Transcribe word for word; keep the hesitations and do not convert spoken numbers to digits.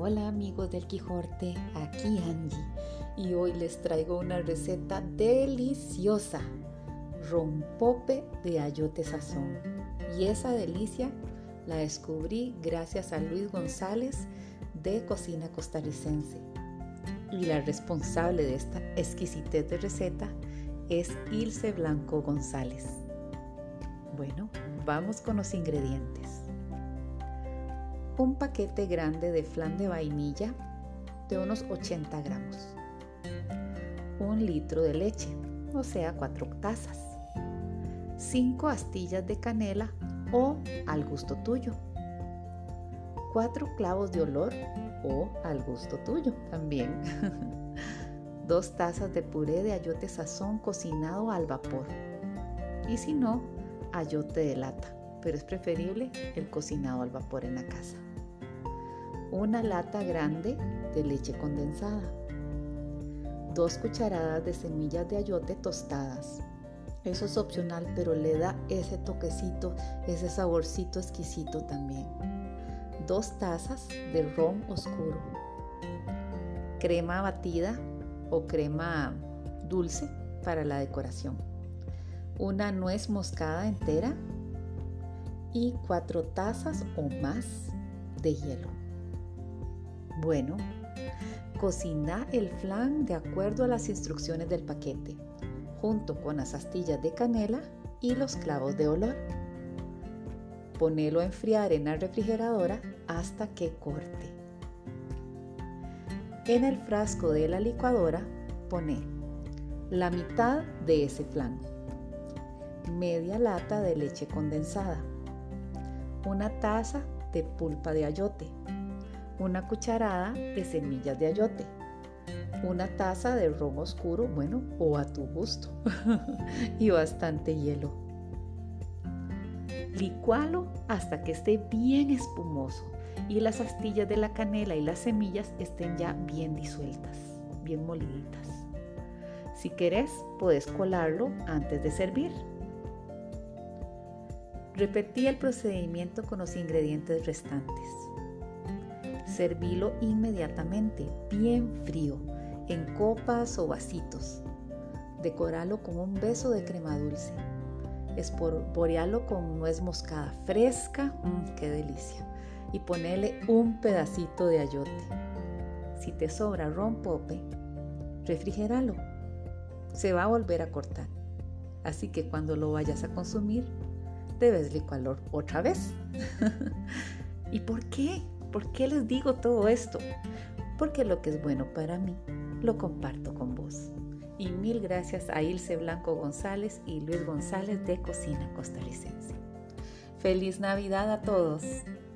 Hola amigos del Quijote, aquí Angie y hoy les traigo una receta deliciosa, rompope de ayote sazón. Y esa delicia la descubrí gracias a Luis González de Cocina Costarricense. Y la responsable de esta exquisitez de receta es Ilse Blanco González. Bueno, vamos con los ingredientes. Un paquete grande de flan de vainilla de unos ochenta gramos. Un litro de leche, o sea, cuatro tazas. cinco astillas de canela o al gusto tuyo. cuatro clavos de olor o al gusto tuyo también. dos tazas de puré de ayote sazón cocinado al vapor. Y si no, ayote de lata, pero es preferible el cocinado al vapor en la casa. Una lata grande de leche condensada. dos cucharadas de semillas de ayote tostadas. Eso es opcional, pero le da ese toquecito, ese saborcito exquisito también. dos tazas de ron oscuro. Crema batida o crema dulce para la decoración. Una nuez moscada entera y cuatro tazas o más de hielo. Bueno, cocina el flan de acuerdo a las instrucciones del paquete, junto con las astillas de canela y los clavos de olor. Ponelo a enfriar en la refrigeradora hasta que corte. En el frasco de la licuadora, pone la mitad de ese flan, media lata de leche condensada, una taza de pulpa de ayote, una cucharada de semillas de ayote, una taza de ron oscuro, bueno, o a tu gusto, y bastante hielo. Licualo hasta que esté bien espumoso y las astillas de la canela y las semillas estén ya bien disueltas, bien moliditas. Si querés, puedes colarlo antes de servir. Repetí el procedimiento con los ingredientes restantes. Servílo inmediatamente, bien frío, en copas o vasitos. Decoralo con un beso de crema dulce. Espolvorealo con nuez moscada fresca, mmm, qué delicia. Y ponele un pedacito de ayote. Si te sobra rompope, refrigéralo. Se va a volver a cortar. Así que cuando lo vayas a consumir, debes licuarlo otra vez. ¿Y por qué? ¿Por qué les digo todo esto? Porque lo que es bueno para mí, lo comparto con vos. Y mil gracias a Ilse Blanco González y Luis González de Cocina Costarricense. ¡Feliz Navidad a todos!